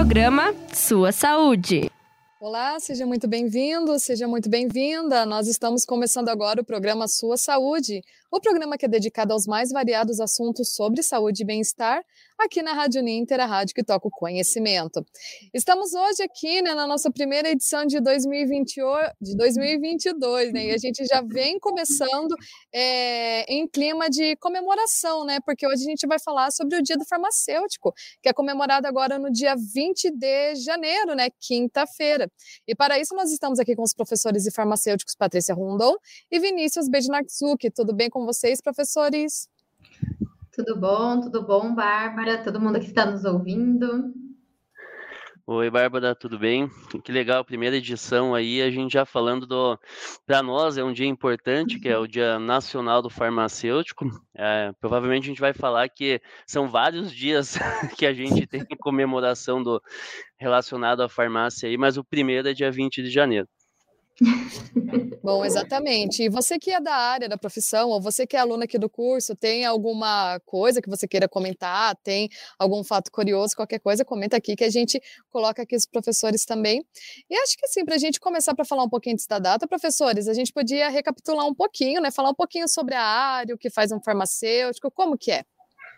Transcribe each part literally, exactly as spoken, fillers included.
Programa Sua Saúde. Olá, seja muito bem-vindo, seja muito bem-vinda. Nós estamos começando agora o programa Sua Saúde, o programa que é dedicado aos mais variados assuntos sobre saúde e bem-estar, aqui na Rádio Uninter, a rádio que toca o conhecimento. Estamos hoje aqui, né, na nossa primeira edição de dois mil e vinte, de dois mil e vinte e dois, né, e a gente já vem começando é, em clima de comemoração, né, porque hoje a gente vai falar sobre o Dia do Farmacêutico, que é comemorado agora no dia vinte de janeiro, né, quinta-feira. E para isso nós estamos aqui com os professores e farmacêuticos Patrícia Rondon e Vinícius Bednarczuk. Tudo bem com vocês, professores? Tudo bom, tudo bom, Bárbara? Todo mundo que está nos ouvindo. Oi, Bárbara, tudo bem? Que legal, primeira edição aí, a gente já falando do... Para nós é um dia importante, que é o Dia Nacional do Farmacêutico. É, provavelmente a gente vai falar que são vários dias que a gente tem comemoração do... relacionado à farmácia aí, mas o primeiro é dia vinte de janeiro. Bom, exatamente. E você que é da área da profissão, ou você que é aluna aqui do curso, tem alguma coisa que você queira comentar, tem algum fato curioso, qualquer coisa, comenta aqui que a gente coloca aqui os professores também. E acho que assim, para a gente começar para falar um pouquinho dessa data, professores, a gente podia recapitular um pouquinho, né? Falar um pouquinho sobre a área, o que faz um farmacêutico, como que é?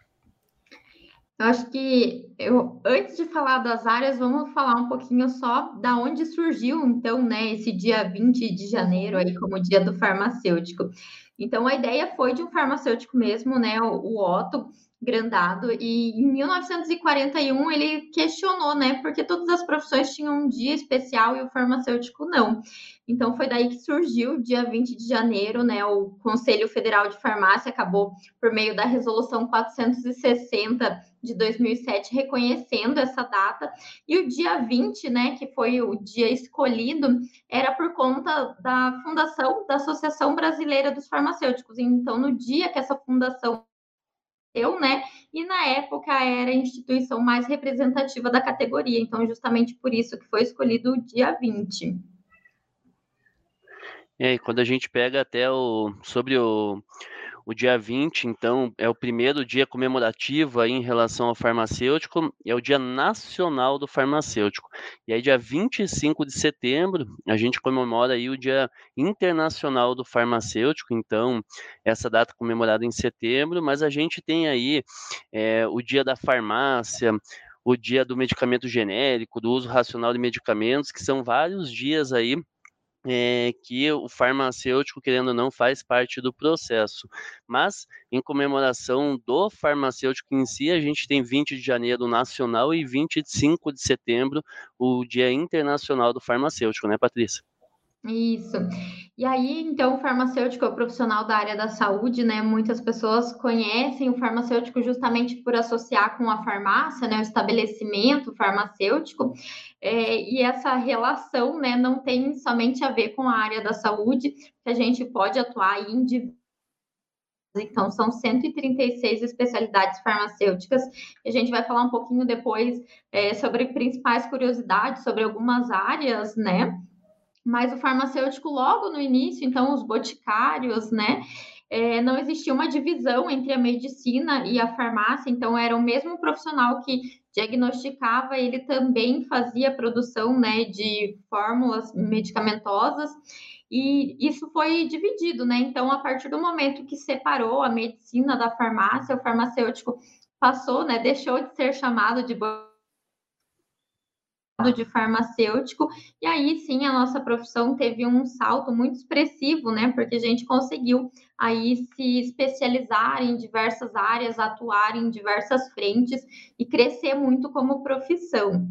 Eu acho que, eu, antes de falar das áreas, vamos falar um pouquinho só da onde surgiu, então, né, esse dia vinte de janeiro, aí, como dia do farmacêutico. Então, a ideia foi de um farmacêutico mesmo, né, o, o Otto Grandado, e em mil novecentos e quarenta e um ele questionou, né, porque todas as profissões tinham um dia especial e o farmacêutico não. Então, foi daí que surgiu, dia vinte de janeiro, né, o Conselho Federal de Farmácia acabou, por meio da Resolução quatrocentos e sessenta de dois mil e sete, reconhecendo essa data, e o dia vinte, né, que foi o dia escolhido, era por conta da fundação da Associação Brasileira dos Farmacêuticos. Então, no dia que essa fundação eu, né, e na época era a instituição mais representativa da categoria, então justamente por isso que foi escolhido o dia vinte. É, e quando a gente pega até o sobre o O dia vinte, então, é o primeiro dia comemorativo aí em relação ao farmacêutico, é o Dia Nacional do Farmacêutico. E aí, dia vinte e cinco de setembro, a gente comemora aí o Dia Internacional do Farmacêutico, então, essa data comemorada em setembro, mas a gente tem aí é, o Dia da Farmácia, o Dia do Medicamento Genérico, do uso racional de medicamentos, que são vários dias aí É, que o farmacêutico, querendo ou não, faz parte do processo. Mas, em comemoração do farmacêutico em si, a gente tem vinte de janeiro nacional e vinte e cinco de setembro o Dia Internacional do Farmacêutico, né, Patrícia? Isso. E aí, então, o farmacêutico é o profissional da área da saúde, né? Muitas pessoas conhecem o farmacêutico justamente por associar com a farmácia, né? O estabelecimento farmacêutico. É, e essa relação, né, não tem somente a ver com a área da saúde, que a gente pode atuar em diversas. Então, são cento e trinta e seis especialidades farmacêuticas. A gente vai falar um pouquinho depois é, sobre principais curiosidades sobre algumas áreas, né? Mas o farmacêutico, logo no início, então, os boticários, né? É, não existia uma divisão entre a medicina e a farmácia, então era o mesmo profissional que diagnosticava, ele também fazia produção, né, de fórmulas medicamentosas, e isso foi dividido, né? Então, a partir do momento que separou a medicina da farmácia, o farmacêutico passou, né, deixou de ser chamado de de farmacêutico, e aí sim a nossa profissão teve um salto muito expressivo, né, porque a gente conseguiu aí se especializar em diversas áreas, atuar em diversas frentes e crescer muito como profissão.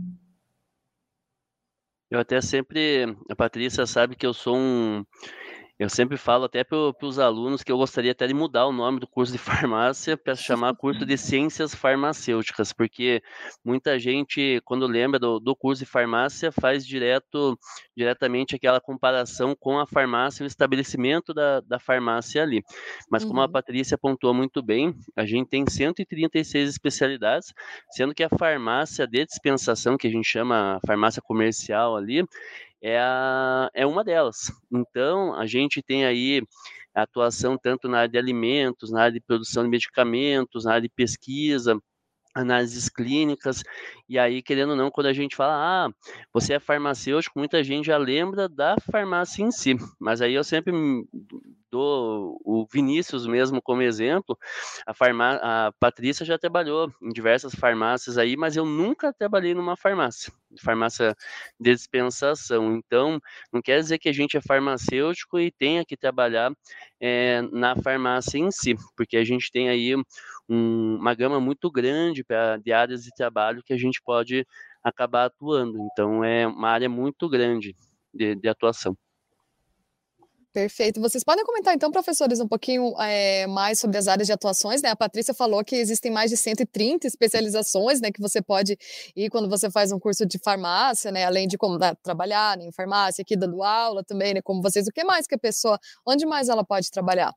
Eu até sempre, a Patrícia sabe que eu sou um... Eu sempre falo até para os alunos que eu gostaria até de mudar o nome do curso de farmácia para se chamar curso de ciências farmacêuticas, porque muita gente, quando lembra do, do curso de farmácia, faz direto, diretamente aquela comparação com a farmácia e o estabelecimento da, da farmácia ali. Mas como Uhum. a Patrícia apontou muito bem, a gente tem cento e trinta e seis especialidades, sendo que a farmácia de dispensação, que a gente chama farmácia comercial ali, é, a, é uma delas. Então, a gente tem aí atuação tanto na área de alimentos, na área de produção de medicamentos, na área de pesquisa, análises clínicas, e aí, querendo ou não, quando a gente fala, ah, você é farmacêutico, muita gente já lembra da farmácia em si, mas aí eu sempre dou o Vinícius mesmo como exemplo. A, farmá a Patrícia já trabalhou em diversas farmácias aí, mas eu nunca trabalhei numa farmácia, farmácia de dispensação, então não quer dizer que a gente é farmacêutico e tenha que trabalhar é, na farmácia em si, porque a gente tem aí um, uma gama muito grande pra, de áreas de trabalho que a gente pode acabar atuando, então é uma área muito grande de, de atuação. Perfeito. Vocês podem comentar, então, professores, um pouquinho é, mais sobre as áreas de atuações, né? A Patrícia falou que existem mais de cento e trinta especializações, né, que você pode ir quando você faz um curso de farmácia, né? Além de como né, trabalhar né, em farmácia, aqui dando aula também, né? Como vocês, o que mais que a pessoa, onde mais ela pode trabalhar?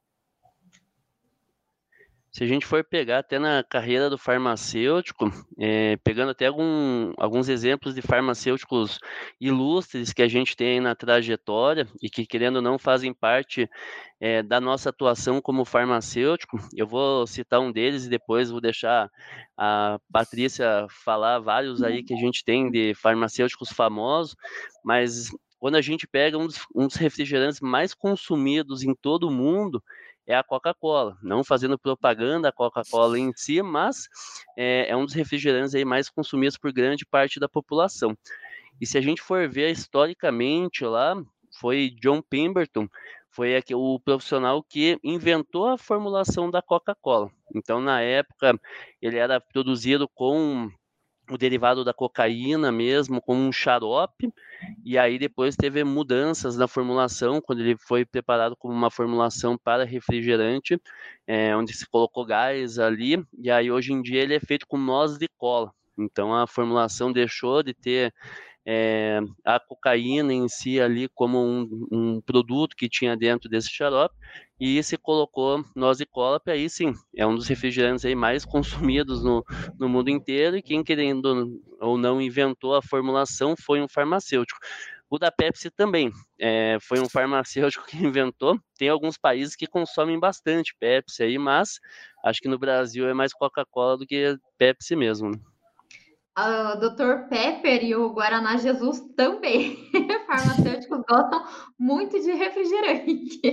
Se a gente for pegar até na carreira do farmacêutico, é, pegando até algum, alguns exemplos de farmacêuticos ilustres que a gente tem na trajetória e que, querendo ou não, fazem parte é, da nossa atuação como farmacêutico, eu vou citar um deles e depois vou deixar a Patrícia falar vários aí que a gente tem de farmacêuticos famosos, mas quando a gente pega um dos, um dos refrigerantes mais consumidos em todo o mundo, é a Coca-Cola, não fazendo propaganda da Coca-Cola em si, mas é, é um dos refrigerantes aí mais consumidos por grande parte da população. E se a gente for ver historicamente lá, foi John Pemberton, foi aqui, o profissional que inventou a formulação da Coca-Cola. Então, na época, ele era produzido com o derivado da cocaína mesmo, como um xarope, e aí depois teve mudanças na formulação, quando ele foi preparado como uma formulação para refrigerante, é, onde se colocou gás ali, e aí hoje em dia ele é feito com noz de cola. Então a formulação deixou de ter é, a cocaína em si ali como um, um produto que tinha dentro desse xarope, e se colocou noz de cola, para aí sim, é um dos refrigerantes aí mais consumidos no, no mundo inteiro, e quem querendo ou não inventou a formulação foi um farmacêutico. O da Pepsi também, é, foi um farmacêutico que inventou. Tem alguns países que consomem bastante Pepsi aí, mas acho que no Brasil é mais Coca-Cola do que Pepsi mesmo. O doutor Pepper e o Guaraná Jesus também. Farmacêuticos gostam muito de refrigerante.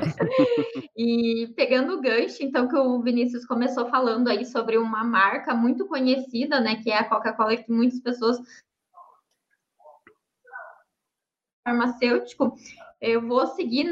E pegando o gancho, então, que o Vinícius começou falando aí sobre uma marca muito conhecida, né, que é a Coca-Cola, que muitas pessoas farmacêutico, eu vou seguir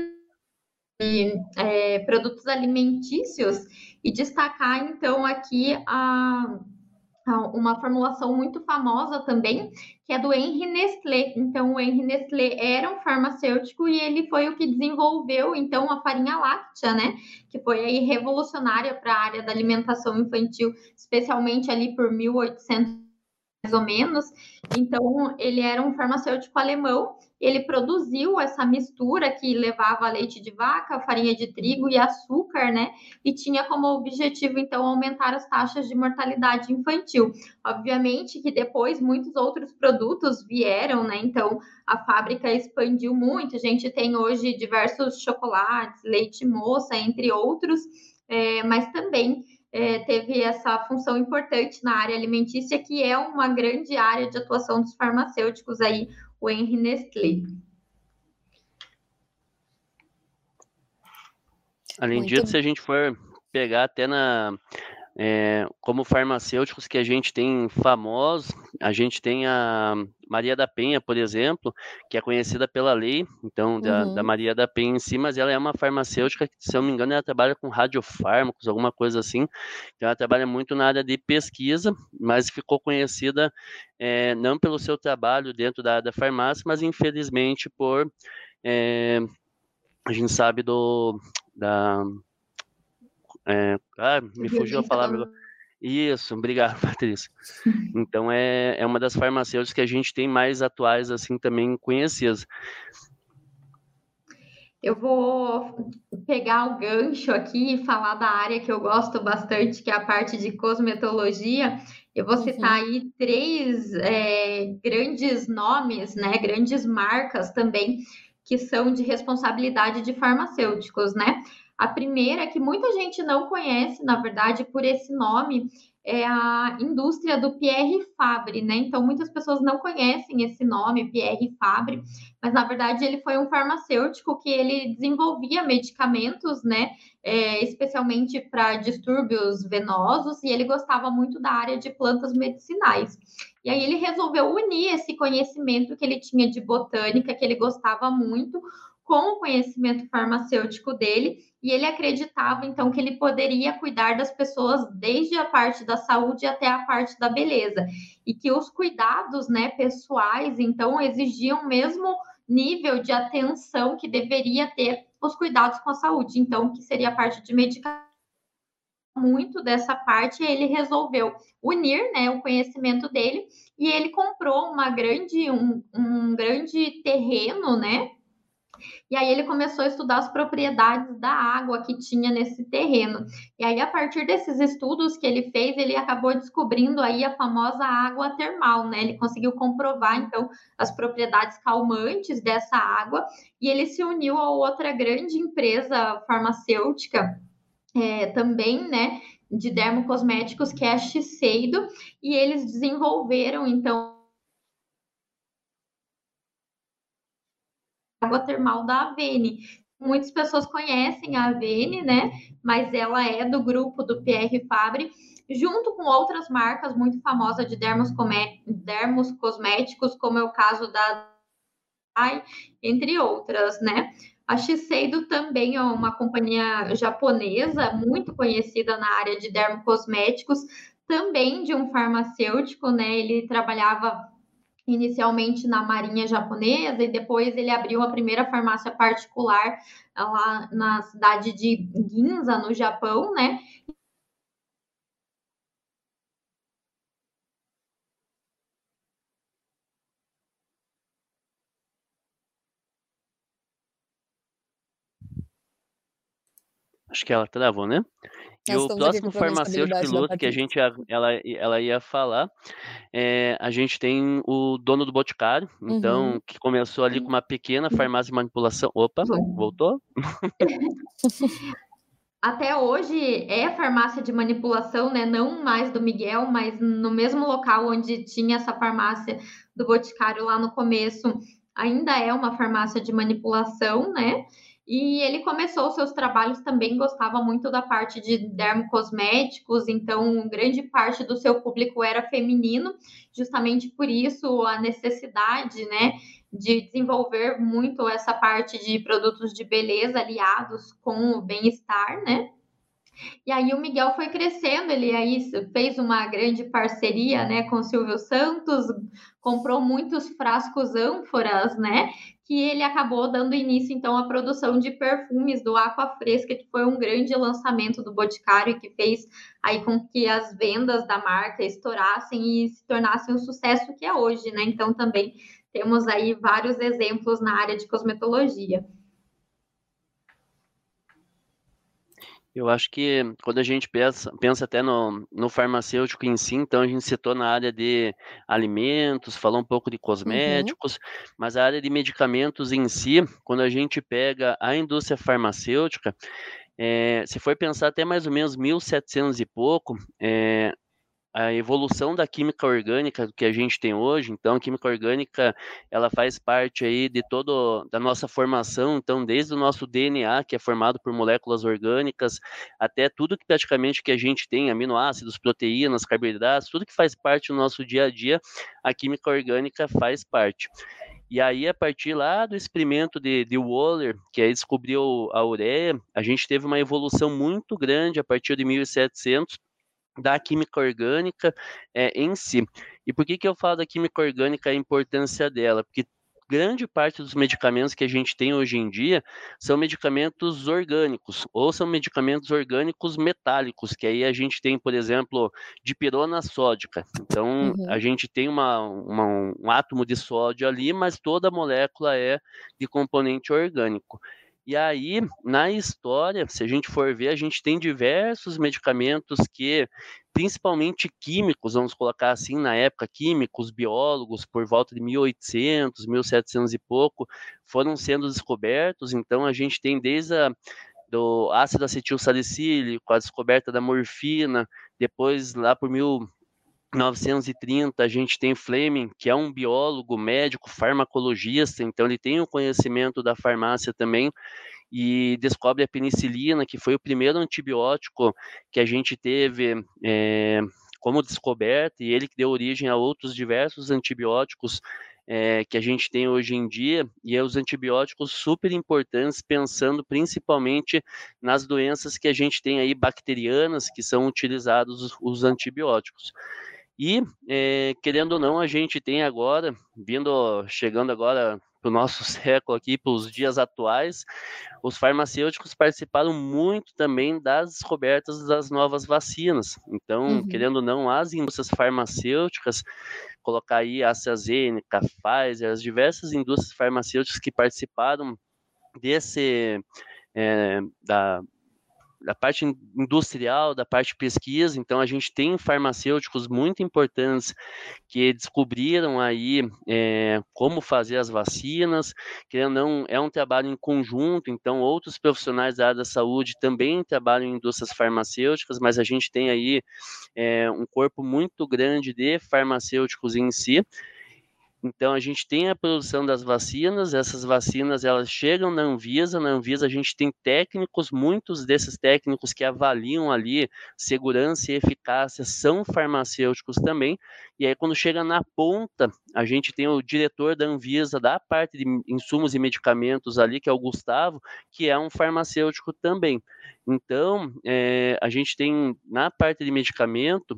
é, produtos alimentícios e destacar, então, aqui a uma formulação muito famosa também, que é do Henri Nestlé. Então, o Henri Nestlé era um farmacêutico e ele foi o que desenvolveu, então, a farinha láctea, né? Que foi aí revolucionária para a área da alimentação infantil, especialmente ali por mil e oitocentos, mais ou menos. Então, ele era um farmacêutico alemão. Ele produziu essa mistura que levava leite de vaca, farinha de trigo e açúcar, né? E tinha como objetivo, então, aumentar as taxas de mortalidade infantil. Obviamente que depois muitos outros produtos vieram, né? Então, a fábrica expandiu muito. A gente tem hoje diversos chocolates, leite moça, entre outros, é, mas também é, teve essa função importante na área alimentícia, que é uma grande área de atuação dos farmacêuticos aí, o Henri Nestlé. Além Muito disso, se a gente for pegar até na... É, como farmacêuticos que a gente tem famosos, a gente tem a Maria da Penha, por exemplo, que é conhecida pela lei, então, da, Uhum. da Maria da Penha em si, mas ela é uma farmacêutica que, se eu não me engano, ela trabalha com radiofármacos, alguma coisa assim, então ela trabalha muito na área de pesquisa, mas ficou conhecida é, não pelo seu trabalho dentro da, da farmácia, mas infelizmente por, é, a gente sabe do, da... É, ah, me fugiu a palavra agora. Isso, obrigado, Patrícia. Então é, é uma das farmacêuticas que a gente tem mais atuais, assim, também conhecidas. Eu vou pegar o gancho aqui e falar da área que eu gosto bastante, que é a parte de cosmetologia. Eu vou citar uhum. aí três é, grandes nomes, né, grandes marcas também, que são de responsabilidade de farmacêuticos, né? A primeira, que muita gente não conhece, na verdade, por esse nome, é a indústria do Pierre Fabre, né? Então, muitas pessoas não conhecem esse nome, Pierre Fabre, mas, na verdade, ele foi um farmacêutico que ele desenvolvia medicamentos, né? É, especialmente para distúrbios venosos, e ele gostava muito da área de plantas medicinais. E aí ele resolveu unir esse conhecimento que ele tinha de botânica, que ele gostava muito, com o conhecimento farmacêutico dele, e ele acreditava, então, que ele poderia cuidar das pessoas desde a parte da saúde até a parte da beleza, e que os cuidados, né, pessoais, então, exigiam o mesmo nível de atenção que deveria ter os cuidados com a saúde, então, que seria a parte de medicação. Muito dessa parte, ele resolveu unir, né, o conhecimento dele, e ele comprou uma grande, um, um grande terreno, né, e aí ele começou a estudar as propriedades da água que tinha nesse terreno. E aí, a partir desses estudos que ele fez, ele acabou descobrindo aí a famosa água termal, né? Ele conseguiu comprovar, então, as propriedades calmantes dessa água, e ele se uniu a outra grande empresa farmacêutica, é, também, né, de dermocosméticos, que é a Shiseido, e eles desenvolveram, então, água termal da Avene. Muitas pessoas conhecem a Avene, né? Mas ela é do grupo do Pierre Fabre, junto com outras marcas muito famosas de dermos, dermos cosméticos, como é o caso da Ai, entre outras, né? A Shiseido também é uma companhia japonesa muito conhecida na área de dermocosméticos, também de um farmacêutico, né? Ele trabalhava inicialmente na marinha japonesa, e depois ele abriu a primeira farmácia particular lá na cidade de Ginza, no Japão, né? Acho que ela travou, né? E Nós o estamos aqui com próximo o problema de farmacêutico estabilidade da piloto que a Patrícia. gente ia, ela, ela ia falar, é, a gente tem o dono do Boticário, então, Uhum. que começou ali com uma pequena farmácia de manipulação. Opa, voltou? Até hoje é farmácia de manipulação, né? Não mais do Miguel, mas no mesmo local onde tinha essa farmácia do Boticário lá no começo, ainda é uma farmácia de manipulação, né? E ele começou seus trabalhos também, gostava muito da parte de dermocosméticos, então grande parte do seu público era feminino, justamente por isso a necessidade, né, de desenvolver muito essa parte de produtos de beleza aliados com o bem-estar, né? E aí o Miguel foi crescendo, ele aí fez uma grande parceria, né, com o Silvio Santos, comprou muitos frascos ânforas, né, que ele acabou dando início, então, à produção de perfumes do Aqua Fresca, que foi um grande lançamento do Boticário e que fez aí com que as vendas da marca estourassem e se tornassem o sucesso que é hoje, né? Então, também temos aí vários exemplos na área de cosmetologia. Eu acho que quando a gente pensa, pensa até no, no farmacêutico em si, então a gente citou na área de alimentos, falou um pouco de cosméticos, uhum. Mas a área de medicamentos em si, quando a gente pega a indústria farmacêutica, é, se for pensar até mais ou menos mil e setecentos e pouco, é, a evolução da química orgânica que a gente tem hoje, então a química orgânica, ela faz parte aí de toda da nossa formação, então desde o nosso D N A, que é formado por moléculas orgânicas, até tudo que praticamente que a gente tem, aminoácidos, proteínas, carboidratos, tudo que faz parte do nosso dia a dia, a química orgânica faz parte. E aí, a partir lá do experimento de, de Wöhler, que aí descobriu a ureia, a gente teve uma evolução muito grande a partir de mil e setecentos, da química orgânica é, em si. E por que que eu falo da química orgânica, a importância dela? Porque grande parte dos medicamentos que a gente tem hoje em dia são medicamentos orgânicos, ou são medicamentos orgânicos metálicos, que aí a gente tem, por exemplo, dipirona sódica. Então, uhum. a gente tem uma, uma, um átomo de sódio ali, mas toda a molécula é de componente orgânico. E aí, na história, se a gente for ver, a gente tem diversos medicamentos que, principalmente químicos, vamos colocar assim, na época, químicos, biólogos, por volta de mil e oitocentos, mil e setecentos e pouco, foram sendo descobertos. Então, a gente tem desde a do ácido acetil salicílico, a descoberta da morfina, depois lá por mil novecentos e trinta, a gente tem Fleming, que é um biólogo, médico, farmacologista, então ele tem o conhecimento da farmácia também, e descobre a penicilina, que foi o primeiro antibiótico que a gente teve é, como descoberta, e ele que deu origem a outros diversos antibióticos é, que a gente tem hoje em dia, e é os antibióticos super importantes, pensando principalmente nas doenças que a gente tem aí, bacterianas, que são utilizados os, os antibióticos. E, é, querendo ou não, a gente tem agora, vindo, chegando agora para o nosso século aqui, para os dias atuais, os farmacêuticos participaram muito também das descobertas das novas vacinas. Então, uhum. querendo ou não, as indústrias farmacêuticas, colocar aí a AstraZeneca, Pfizer, as diversas indústrias farmacêuticas que participaram desse, é, da da parte industrial, da parte de pesquisa. Então a gente tem farmacêuticos muito importantes que descobriram aí é, como fazer as vacinas, que não é um trabalho em conjunto, então outros profissionais da área da saúde também trabalham em indústrias farmacêuticas, mas a gente tem aí é, um corpo muito grande de farmacêuticos em si. Então, a gente tem a produção das vacinas, essas vacinas elas chegam na Anvisa, na Anvisa a gente tem técnicos, muitos desses técnicos que avaliam ali segurança e eficácia são farmacêuticos também, e aí quando chega na ponta, a gente tem o diretor da Anvisa, da parte de insumos e medicamentos ali, que é o Gustavo, que é um farmacêutico também. Então, é, a gente tem na parte de medicamento,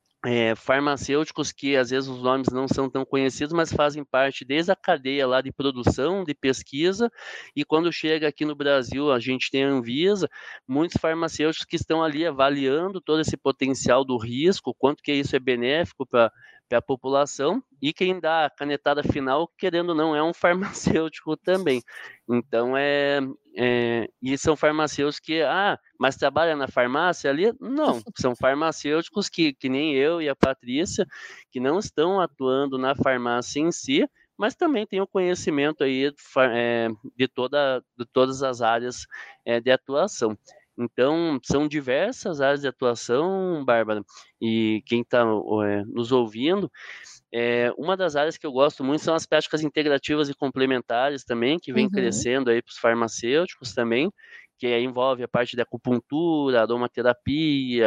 É, farmacêuticos que às vezes os nomes não são tão conhecidos, mas fazem parte desde a cadeia lá de produção, de pesquisa, e quando chega aqui no Brasil, a gente tem a Anvisa, muitos farmacêuticos que estão ali avaliando todo esse potencial do risco, quanto que isso é benéfico para a população, e quem dá a canetada final, querendo ou não, é um farmacêutico também. Então, é, é, e são farmacêuticos que, ah, mas trabalha na farmácia ali? Não, são farmacêuticos que, que nem eu e a Patrícia, que não estão atuando na farmácia em si, mas também tem o conhecimento aí é, de, toda, de todas as áreas é, de atuação. Então, são diversas áreas de atuação, Bárbara, e quem está é, nos ouvindo, é, uma das áreas que eu gosto muito são as práticas integrativas e complementares também, que vem uhum. crescendo aí para os farmacêuticos também, que aí envolve a parte da acupuntura, aromaterapia,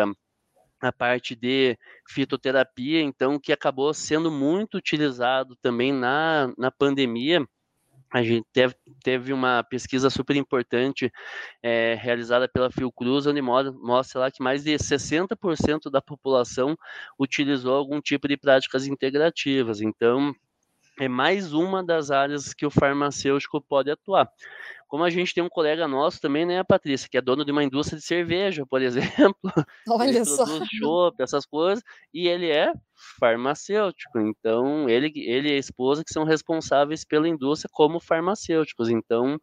a parte de fitoterapia, então, que acabou sendo muito utilizado também na, na pandemia. A gente teve, teve uma pesquisa super importante é, realizada pela Fiocruz, onde mostra lá que mais de sessenta por cento da população utilizou algum tipo de práticas integrativas. Então, é mais uma das áreas que o farmacêutico pode atuar. Como a gente tem um colega nosso também, né, Patrícia, que é dono de uma indústria de cerveja, por exemplo. Olha ele só. produz chopp, essas coisas, e ele é farmacêutico. Então, ele, ele e a esposa que são responsáveis pela indústria como farmacêuticos. Então,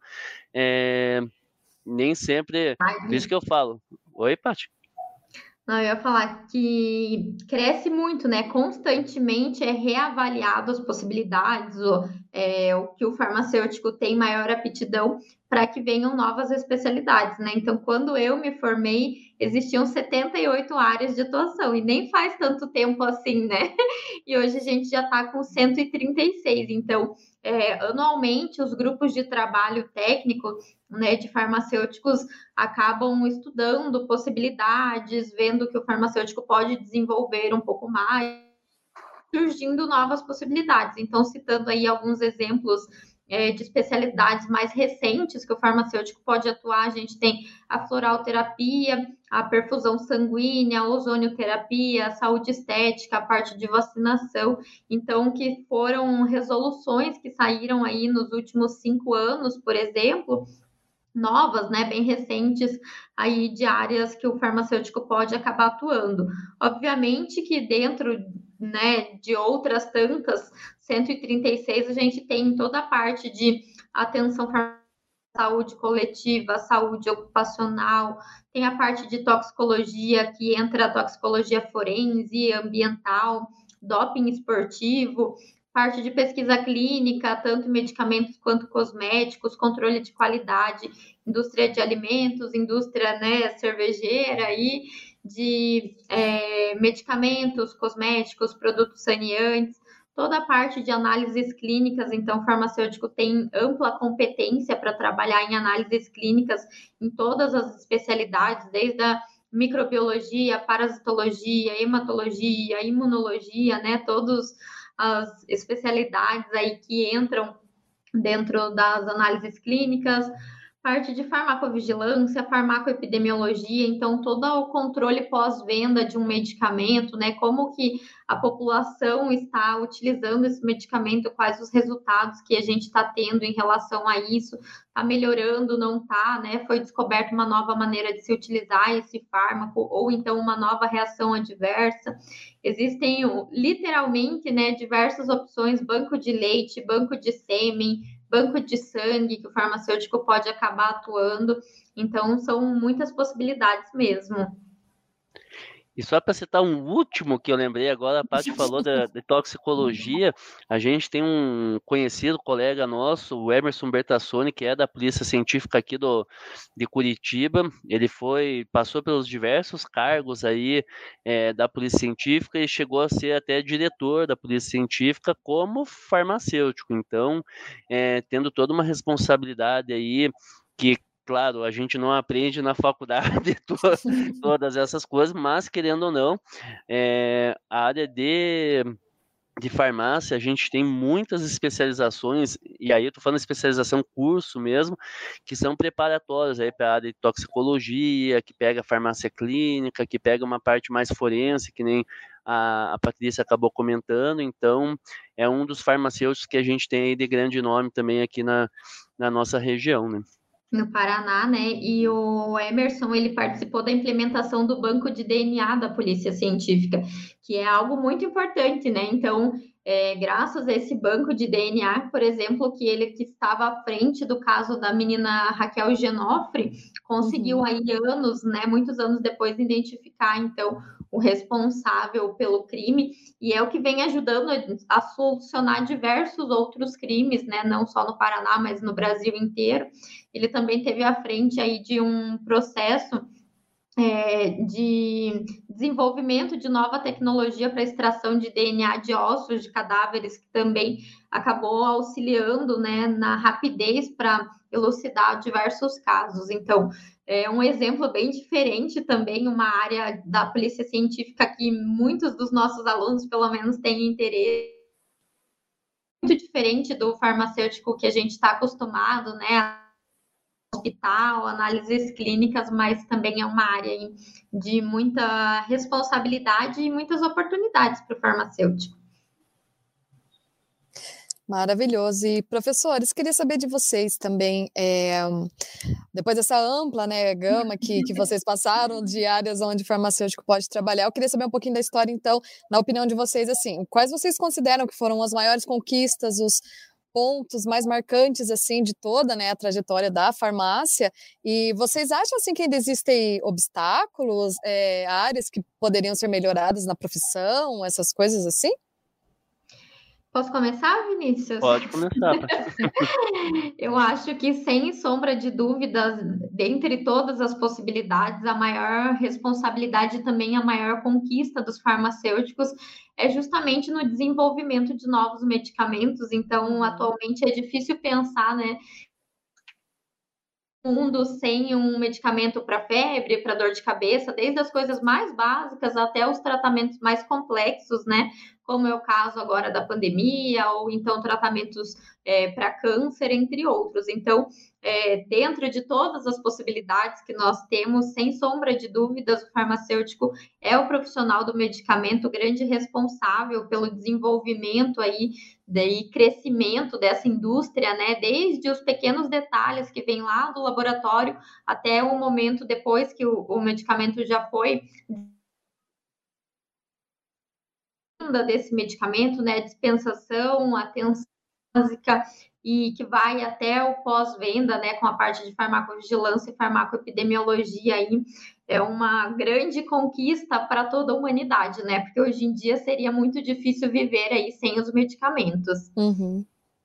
é, nem sempre... Por isso que eu falo. Oi, Paty? Não, eu ia falar que cresce muito, né? Constantemente é reavaliado as possibilidades, o, é, o que o farmacêutico tem maior aptidão para que venham novas especialidades, né? Então, quando eu me formei, existiam setenta e oito áreas de atuação, e nem faz tanto tempo assim, né? E hoje a gente já está com cento e trinta e seis. Então, é, anualmente, os grupos de trabalho técnico, né, de farmacêuticos acabam estudando possibilidades, vendo que o farmacêutico pode desenvolver um pouco mais, surgindo novas possibilidades. Então, citando aí alguns exemplos é, de especialidades mais recentes que o farmacêutico pode atuar, a gente tem a floralterapia, a perfusão sanguínea, a ozonioterapia, a saúde estética, a parte de vacinação. Então, que foram resoluções que saíram aí nos últimos cinco anos, por exemplo, novas, né, bem recentes, aí de áreas que o farmacêutico pode acabar atuando. Obviamente que dentro, né, de outras tantas, cento e trinta e seis, a gente tem toda a parte de atenção farmacêutica, saúde coletiva, saúde ocupacional, tem a parte de toxicologia, que entra a toxicologia forense, ambiental, doping esportivo, parte de pesquisa clínica, tanto medicamentos quanto cosméticos, controle de qualidade, indústria de alimentos, indústria, né, cervejeira e de é, medicamentos, cosméticos, produtos saneantes, toda a parte de análises clínicas. Então, o farmacêutico tem ampla competência para trabalhar em análises clínicas em todas as especialidades, desde a microbiologia, parasitologia, hematologia, imunologia, né, todas as especialidades aí que entram dentro das análises clínicas, parte de farmacovigilância, farmacoepidemiologia, então todo o controle pós-venda de um medicamento, né? Como que a população está utilizando esse medicamento, quais os resultados que a gente está tendo em relação a isso, está melhorando, não está, né? Foi descoberta uma nova maneira de se utilizar esse fármaco, ou então uma nova reação adversa. Existem literalmente, né, diversas opções, banco de leite, banco de sêmen, banco de sangue que o farmacêutico pode acabar atuando. Então, são muitas possibilidades mesmo. E só para citar um último que eu lembrei agora, a Paty falou da, de toxicologia. A gente tem um conhecido colega nosso, o Emerson Bertassoni, que é da Polícia Científica aqui do, de Curitiba. Ele foi, passou pelos diversos cargos aí é, da Polícia Científica e chegou a ser até diretor da Polícia Científica como farmacêutico. Então, é, tendo toda uma responsabilidade aí que, claro, a gente não aprende na faculdade to todas essas coisas, mas, querendo ou não, é, a área de, de farmácia, a gente tem muitas especializações, e aí eu estou falando de especialização curso mesmo, que são preparatórias para a área de toxicologia, que pega farmácia clínica, que pega uma parte mais forense, que nem a, a Patrícia acabou comentando. Então, é um dos farmacêuticos que a gente tem aí de grande nome também aqui na, na nossa região, né? No Paraná, né? E o Emerson, ele participou da implementação do banco de D N A da Polícia Científica, que é algo muito importante, né? Então, é, graças a esse banco de D N A, por exemplo, que ele que estava à frente do caso da menina Raquel Genofre, conseguiu uhum. aí anos, né? Muitos anos depois identificar, então, o responsável pelo crime, e é o que vem ajudando a, a solucionar diversos outros crimes, né? Não só no Paraná, mas no Brasil inteiro. Ele também teve à frente aí de um processo é, de desenvolvimento de nova tecnologia para extração de D N A de ossos de cadáveres, que também acabou auxiliando, né, na rapidez para elucidar diversos casos. Então, é um exemplo bem diferente também, uma área da polícia científica que muitos dos nossos alunos, pelo menos, têm interesse, muito diferente do farmacêutico que a gente está acostumado, né, hospital, análises clínicas, mas também é uma área de muita responsabilidade e muitas oportunidades para o farmacêutico. Maravilhoso. E, professores, queria saber de vocês também, é, depois dessa ampla, né, gama que, que vocês passaram de áreas onde o farmacêutico pode trabalhar, eu queria saber um pouquinho da história, então, na opinião de vocês, assim, quais vocês consideram que foram as maiores conquistas, os pontos mais marcantes, assim, de toda, né, a trajetória da farmácia, e vocês acham, assim, que ainda existem obstáculos, é, áreas que poderiam ser melhoradas na profissão, essas coisas assim? Posso começar, Vinícius? Pode começar. Eu acho que, sem sombra de dúvidas, dentre todas as possibilidades, a maior responsabilidade e também a maior conquista dos farmacêuticos é justamente no desenvolvimento de novos medicamentos. Então, atualmente é difícil pensar, né, mundo sem um medicamento para febre, para dor de cabeça, desde as coisas mais básicas até os tratamentos mais complexos, né? Como é o caso agora da pandemia, ou então tratamentos é, para câncer, entre outros. Então, é, dentro de todas as possibilidades que nós temos, sem sombra de dúvidas, o farmacêutico é o profissional do medicamento, o grande responsável pelo desenvolvimento aí e crescimento dessa indústria, né? Desde os pequenos detalhes que vem lá do laboratório até o momento depois que o, o medicamento já foi desse medicamento, né? Dispensação, atenção básica e que vai até o pós-venda, né, com a parte de farmacovigilância e farmacoepidemiologia aí, é uma grande conquista para toda a humanidade, né, porque hoje em dia seria muito difícil viver aí sem os medicamentos. Uhum.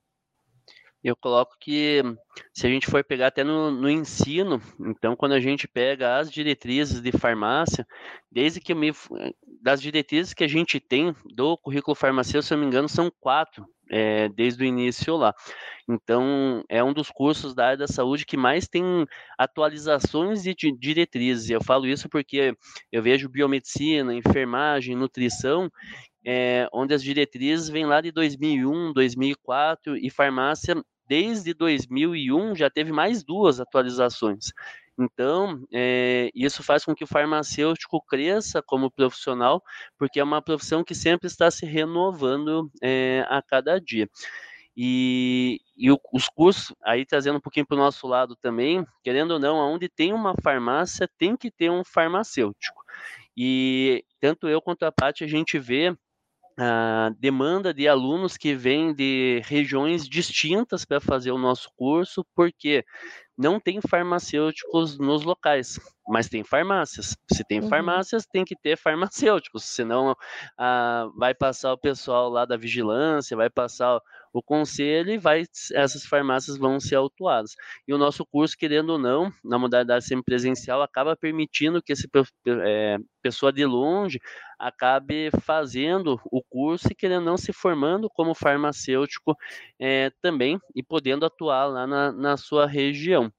Eu coloco que, se a gente for pegar até no, no ensino, então quando a gente pega as diretrizes de farmácia, desde que eu me, das diretrizes que a gente tem do currículo farmacêutico, se eu não me engano, são quatro, é, desde o início lá. Então, é um dos cursos da área da saúde que mais tem atualizações de diretrizes. Eu falo isso porque eu vejo biomedicina, enfermagem, nutrição, É, onde as diretrizes vêm lá de dois mil e um, dois mil e quatro, e farmácia, desde dois mil e um, já teve mais duas atualizações. Então, é, isso faz com que o farmacêutico cresça como profissional, porque é uma profissão que sempre está se renovando é, a cada dia. E, e o, os cursos, aí trazendo um pouquinho para o nosso lado também, querendo ou não, onde tem uma farmácia, tem que ter um farmacêutico. E tanto eu quanto a Paty, a gente vê a demanda de alunos que vêm de regiões distintas para fazer o nosso curso, porque não tem farmacêuticos nos locais, mas tem farmácias. Se tem Uhum. farmácias, tem que ter farmacêuticos, senão ah, vai passar o pessoal lá da vigilância, vai passar o conselho e vai, essas farmácias vão ser autuadas. E o nosso curso, querendo ou não, na modalidade semipresencial, acaba permitindo que esse é, pessoa de longe acabe fazendo o curso e, querendo ou não, se formando como farmacêutico é, também e podendo atuar lá na, na sua região.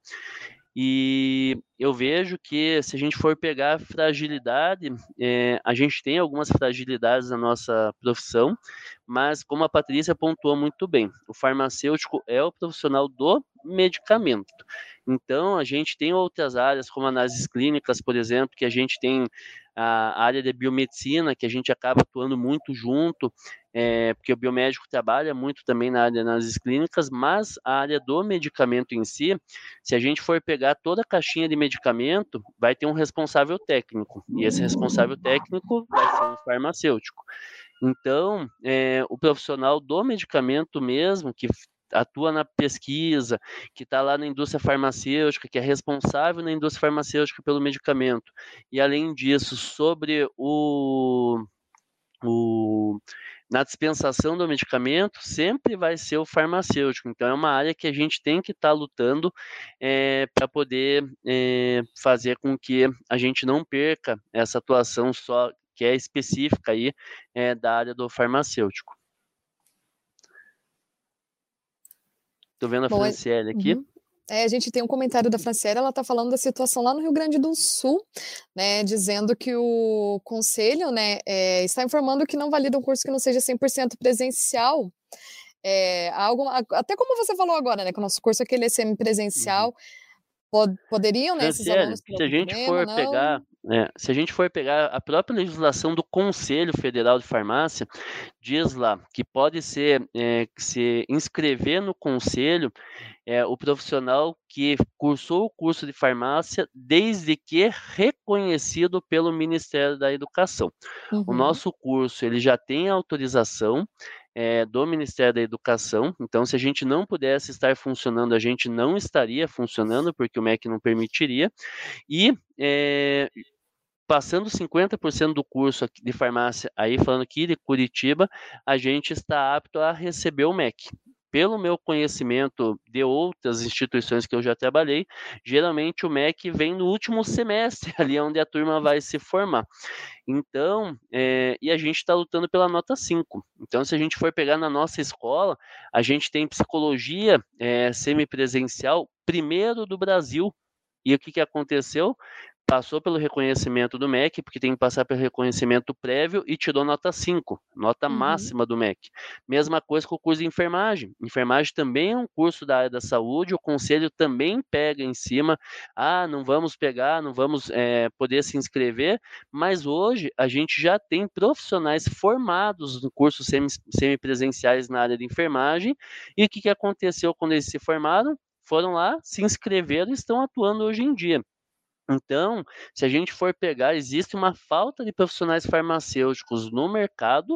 E eu vejo que, se a gente for pegar fragilidade, é, a gente tem algumas fragilidades na nossa profissão, mas como a Patrícia pontuou muito bem, o farmacêutico é o profissional do medicamento. Então, a gente tem outras áreas, como análises clínicas, por exemplo, que a gente tem a área de biomedicina, que a gente acaba atuando muito junto, é, porque o biomédico trabalha muito também na área de análises clínicas, mas a área do medicamento em si, se a gente for pegar toda a caixinha de medicamento, vai ter um responsável técnico, e esse responsável técnico vai ser um farmacêutico. Então, é, o profissional do medicamento mesmo, que atua na pesquisa, que está lá na indústria farmacêutica, que é responsável na indústria farmacêutica pelo medicamento, e além disso, sobre o, o na dispensação do medicamento, sempre vai ser o farmacêutico. Então, é uma área que a gente tem que estar tá lutando é, para poder é, fazer com que a gente não perca essa atuação só que é específica aí é, da área do farmacêutico. Estou vendo a Bom, Franciele aqui. Uhum. É, a gente tem um comentário da Franciele, ela está falando da situação lá no Rio Grande do Sul, né, dizendo que o conselho, né, é, está informando que não valida um curso que não seja cem por cento presencial. É, algo, até como você falou agora, né, que o nosso curso aqui ele é semipresencial, uhum. Pod, poderiam, né, esses alunos ter se a gente problema, for não? pegar, é, se a gente for pegar a própria legislação do Conselho Federal de Farmácia, diz lá que pode ser é, se inscrever no conselho é, o profissional que cursou o curso de farmácia desde que reconhecido pelo Ministério da Educação. Uhum. O nosso curso ele já tem autorização É, do Ministério da Educação, então se a gente não pudesse estar funcionando, a gente não estaria funcionando, porque o M E C não permitiria, e é, passando cinquenta por cento do curso de farmácia, aí falando aqui de Curitiba, a gente está apto a receber o M E C. Pelo meu conhecimento de outras instituições que eu já trabalhei, geralmente o M E C vem no último semestre, ali onde a turma vai se formar. Então, é, e a gente está lutando pela nota cinco. Então, se a gente for pegar na nossa escola, a gente tem psicologia é, semipresencial, primeiro do Brasil. E o que, que aconteceu? Passou pelo reconhecimento do M E C, porque tem que passar pelo reconhecimento prévio e tirou nota cinco, nota uhum. máxima do M E C. Mesma coisa com o curso de enfermagem. Enfermagem também é um curso da área da saúde, o conselho também pega em cima, ah, não vamos pegar, não vamos é, poder se inscrever, mas hoje a gente já tem profissionais formados no curso semipresenciais na área de enfermagem, e o que, que aconteceu quando eles se formaram? Foram lá, se inscreveram e estão atuando hoje em dia. Então, se a gente for pegar, existe uma falta de profissionais farmacêuticos no mercado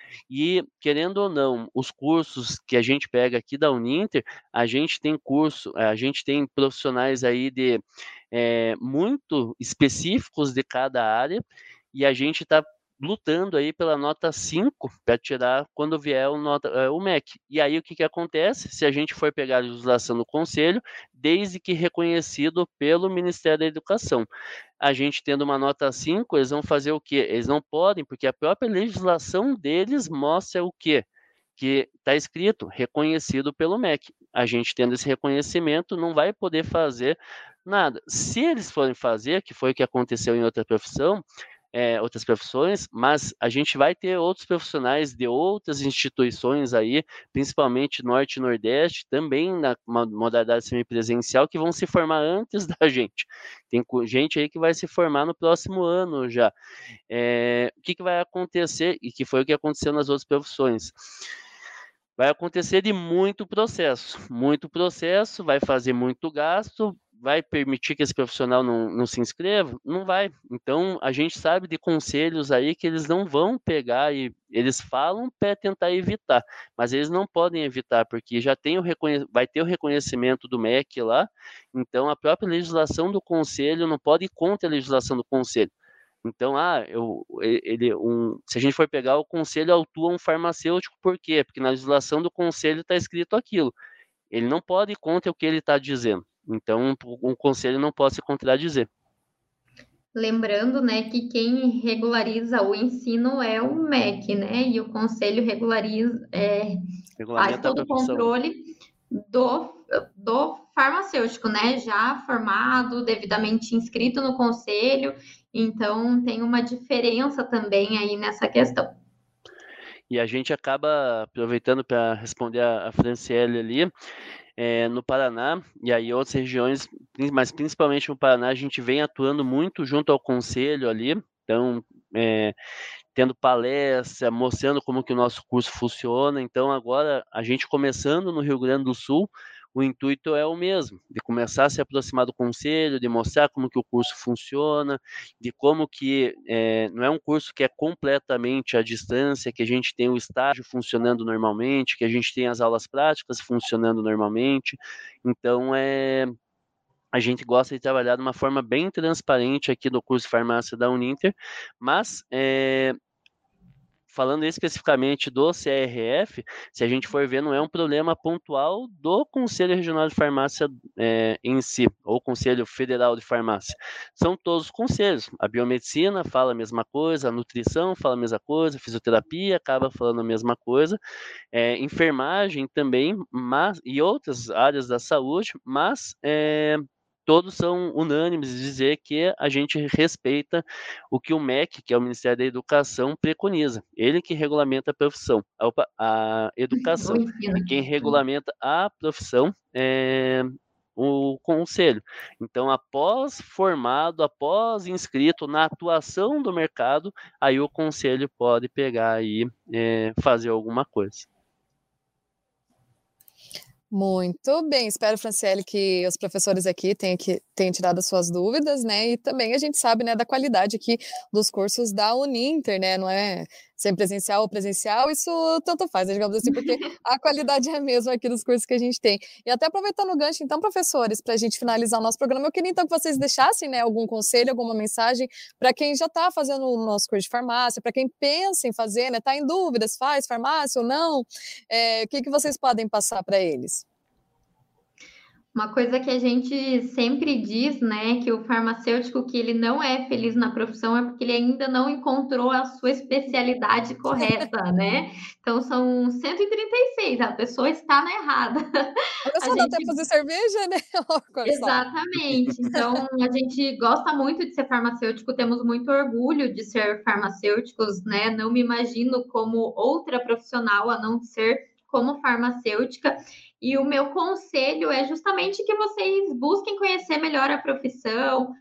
E, querendo ou não, os cursos que a gente pega aqui da Uninter, a gente tem curso, a gente tem profissionais aí de é, muito específicos de cada área, e a gente está lutando aí pela nota cinco para tirar quando vier o, nota, o M E C. E aí o que, que acontece? Se a gente for pegar a legislação do Conselho, desde que reconhecido pelo Ministério da Educação, a gente tendo uma nota cinco, eles vão fazer o quê? Eles não podem, porque a própria legislação deles mostra o quê? Que está escrito, reconhecido pelo M E C. A gente tendo esse reconhecimento, não vai poder fazer nada. Se eles forem fazer, que foi o que aconteceu em outra profissão, É, outras profissões, mas a gente vai ter outros profissionais de outras instituições aí, principalmente Norte e Nordeste, também na modalidade semipresencial, que vão se formar antes da gente. Tem gente aí que vai se formar no próximo ano já. É, o que, que vai acontecer, e que foi o que aconteceu nas outras profissões? Vai acontecer de muito processo, muito processo, vai fazer muito gasto, vai permitir que esse profissional não, não se inscreva? Não vai. Então, a gente sabe de conselhos aí que eles não vão pegar e eles falam para tentar evitar, mas eles não podem evitar, porque já tem o reconhe- vai ter o reconhecimento do M E C lá, então a própria legislação do conselho não pode ir contra a legislação do conselho. Então, ah, eu, ele, um, se a gente for pegar, o conselho autua um farmacêutico, por quê? Porque na legislação do conselho está escrito aquilo. Ele não pode ir contra o que ele está dizendo. Então, um conselho não pode se contradizer. Lembrando, né, que quem regulariza o ensino é o M E C, né? E o conselho regulariza, é, faz todo o controle do, do farmacêutico, né? Já formado, devidamente inscrito no conselho. Então, tem uma diferença também aí nessa questão. E a gente acaba, aproveitando para responder a, a Franciele ali, é, no Paraná, e aí outras regiões, mas principalmente no Paraná, a gente vem atuando muito junto ao conselho ali, então, é, tendo palestra, mostrando como que o nosso curso funciona. Então, agora, a gente começando no Rio Grande do Sul, o intuito é o mesmo, de começar a se aproximar do conselho, de mostrar como que o curso funciona, de como que é, não é um curso que é completamente à distância, que a gente tem o estágio funcionando normalmente, que a gente tem as aulas práticas funcionando normalmente. Então, é, a gente gosta de trabalhar de uma forma bem transparente aqui no curso de farmácia da Uninter, mas é, falando especificamente do C R F, se a gente for ver, não é um problema pontual do Conselho Regional de Farmácia é, em si, ou Conselho Federal de Farmácia. São todos os conselhos. A biomedicina fala a mesma coisa, a nutrição fala a mesma coisa, a fisioterapia acaba falando a mesma coisa, é, enfermagem também, mas, e outras áreas da saúde, mas é, todos são unânimes em dizer que a gente respeita o que o M E C, que é o Ministério da Educação, preconiza. Ele que regulamenta a profissão, a, a educação. E quem regulamenta a profissão é o conselho. Então, após formado, após inscrito na atuação do mercado, aí o conselho pode pegar e é, fazer alguma coisa. Muito bem, espero, Franciele, que os professores aqui tenham, que, tenham tirado as suas dúvidas, né, e também a gente sabe, né, da qualidade aqui dos cursos da Uninter, né, não é semipresencial ou presencial, isso tanto faz, né, digamos assim, porque a qualidade é a mesma aqui dos cursos que a gente tem. E até aproveitando o gancho, então, professores, para a gente finalizar o nosso programa, eu queria então que vocês deixassem, né, algum conselho, alguma mensagem para quem já está fazendo o nosso curso de farmácia, para quem pensa em fazer, né, está em dúvidas, faz farmácia ou não, é, o que, que vocês podem passar para eles? Uma coisa que a gente sempre diz, né, que o farmacêutico que ele não é feliz na profissão é porque ele ainda não encontrou a sua especialidade correta, né? Então são cento e trinta e seis, a pessoa está na errada. Olha só, dá gente... até fazer cerveja, né? Exatamente. Então a gente gosta muito de ser farmacêutico, temos muito orgulho de ser farmacêuticos, né? Não me imagino como outra profissional a não ser como farmacêutica. E o meu conselho é justamente que vocês busquem conhecer melhor a profissão,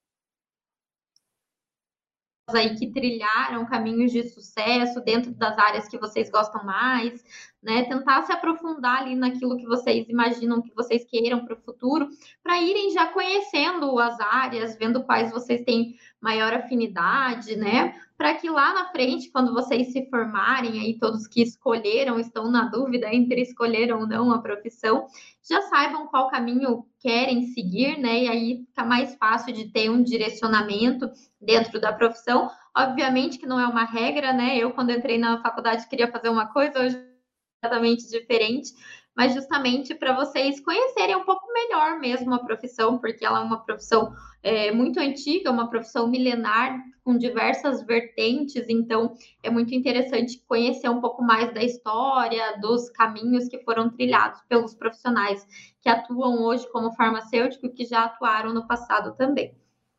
aí que trilharam caminhos de sucesso dentro das áreas que vocês gostam mais, né? Tentar se aprofundar ali naquilo que vocês imaginam que vocês queiram para o futuro, para irem já conhecendo as áreas, vendo quais vocês têm maior afinidade, né? Para que lá na frente, quando vocês se formarem, aí todos que escolheram, estão na dúvida entre escolher ou não a profissão, já saibam qual caminho querem seguir, né? E aí fica mais fácil de ter um direcionamento dentro da profissão. Obviamente que não é uma regra, né? Eu, quando entrei na faculdade, queria fazer uma coisa, hoje é completamente diferente, mas justamente para vocês conhecerem um pouco melhor mesmo a profissão, porque ela é uma profissão é, muito antiga, uma profissão milenar, com diversas vertentes, então é muito interessante conhecer um pouco mais da história, dos caminhos que foram trilhados pelos profissionais que atuam hoje como farmacêutico e que já atuaram no passado também.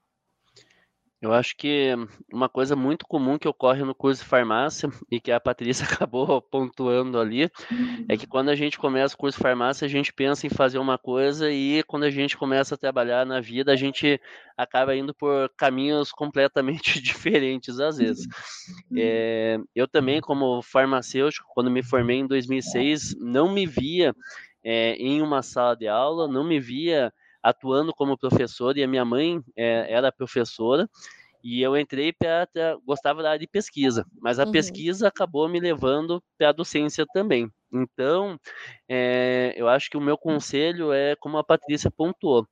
Eu acho que uma coisa muito comum que ocorre no curso de farmácia e que a Patrícia acabou pontuando ali, é que quando a gente começa o curso de farmácia, a gente pensa em fazer uma coisa e quando a gente começa a trabalhar na vida, a gente acaba indo por caminhos completamente diferentes às vezes. É, eu também, como farmacêutico, quando me formei em dois mil e seis, não me via é, em uma sala de aula, não me via atuando como professor, e a minha mãe é, era professora, e eu entrei para, gostava da área de pesquisa, mas a uhum. pesquisa acabou me levando para a docência também. Então, é, eu acho que o meu conselho é, como a Patrícia pontuou,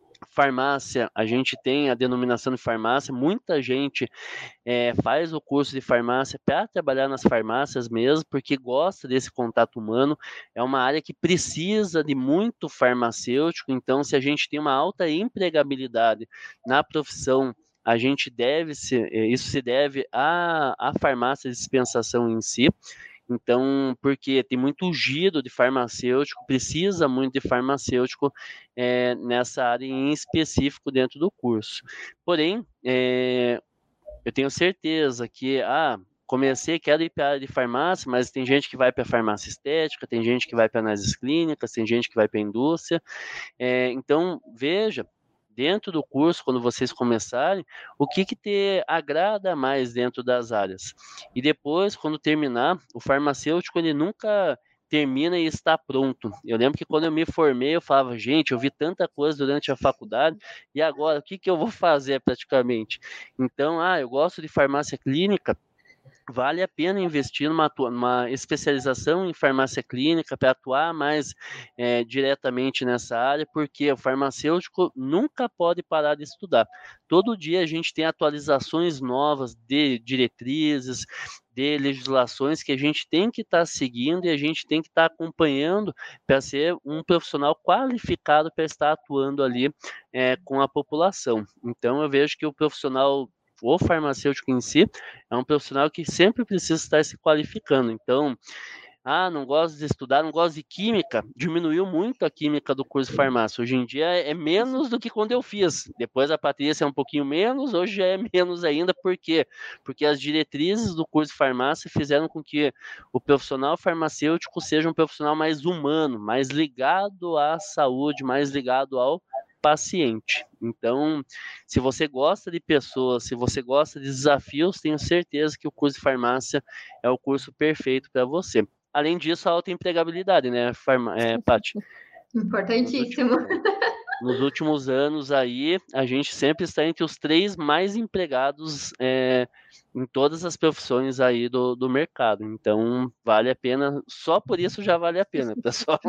farmácia, a gente tem a denominação de farmácia, muita gente é, faz o curso de farmácia para trabalhar nas farmácias mesmo, porque gosta desse contato humano, é uma área que precisa de muito farmacêutico, então se a gente tem uma alta empregabilidade na profissão, a gente deve, se, isso se deve à, à farmácia de dispensação em si. Então, porque tem muito giro de farmacêutico, precisa muito de farmacêutico é, nessa área em específico dentro do curso. Porém, é, eu tenho certeza que, ah, comecei, quero ir para a área de farmácia, mas tem gente que vai para a farmácia estética, tem gente que vai para análises clínicas, tem gente que vai para a indústria. É, então, veja, dentro do curso, quando vocês começarem, o que que te agrada mais dentro das áreas. E depois, quando terminar, o farmacêutico, ele nunca termina e está pronto. Eu lembro que quando eu me formei, eu falava, gente, eu vi tanta coisa durante a faculdade, e agora, o que que eu vou fazer praticamente? Então, ah, eu gosto de farmácia clínica, vale a pena investir numa, numa especialização em farmácia clínica para atuar mais é, diretamente nessa área, porque o farmacêutico nunca pode parar de estudar. Todo dia a gente tem atualizações novas de diretrizes, de legislações que a gente tem que estar tá seguindo e a gente tem que estar tá acompanhando para ser um profissional qualificado para estar atuando ali é, com a população. Então eu vejo que o profissional o farmacêutico em si é um profissional que sempre precisa estar se qualificando. Então, ah, não gosto de estudar, não gosto de química, diminuiu muito a química do curso de farmácia. Hoje em dia é menos do que quando eu fiz. Depois a Patrícia é um pouquinho menos, hoje já é menos ainda. Por quê? Porque as diretrizes do curso de farmácia fizeram com que o profissional farmacêutico seja um profissional mais humano, mais ligado à saúde, mais ligado ao paciente. Então, se você gosta de pessoas, se você gosta de desafios, tenho certeza que o curso de farmácia é o curso perfeito para você. Além disso, a alta empregabilidade, né, Farma... é, Paty? Importantíssimo. Nos últimos, nos últimos anos aí, a gente sempre está entre os três mais empregados é, em todas as profissões aí do, do mercado. Então, vale a pena, só por isso já vale a pena, pessoal.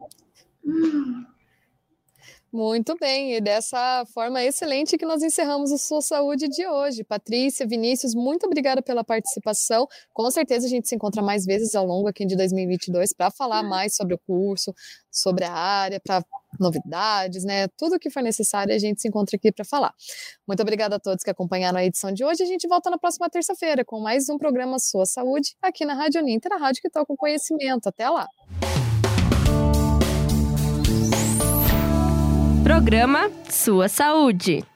Muito bem, e dessa forma excelente que nós encerramos o Sua Saúde de hoje. Patrícia, Vinícius, muito obrigada pela participação. Com certeza a gente se encontra mais vezes ao longo aqui de dois mil e vinte e dois para falar mais sobre o curso, sobre a área, para novidades, né? Tudo o que for necessário a gente se encontra aqui para falar. Muito obrigada a todos que acompanharam a edição de hoje. A gente volta na próxima terça-feira com mais um programa Sua Saúde aqui na Rádio Uninter, a rádio que toca o conhecimento. Até lá! Programa Sua Saúde.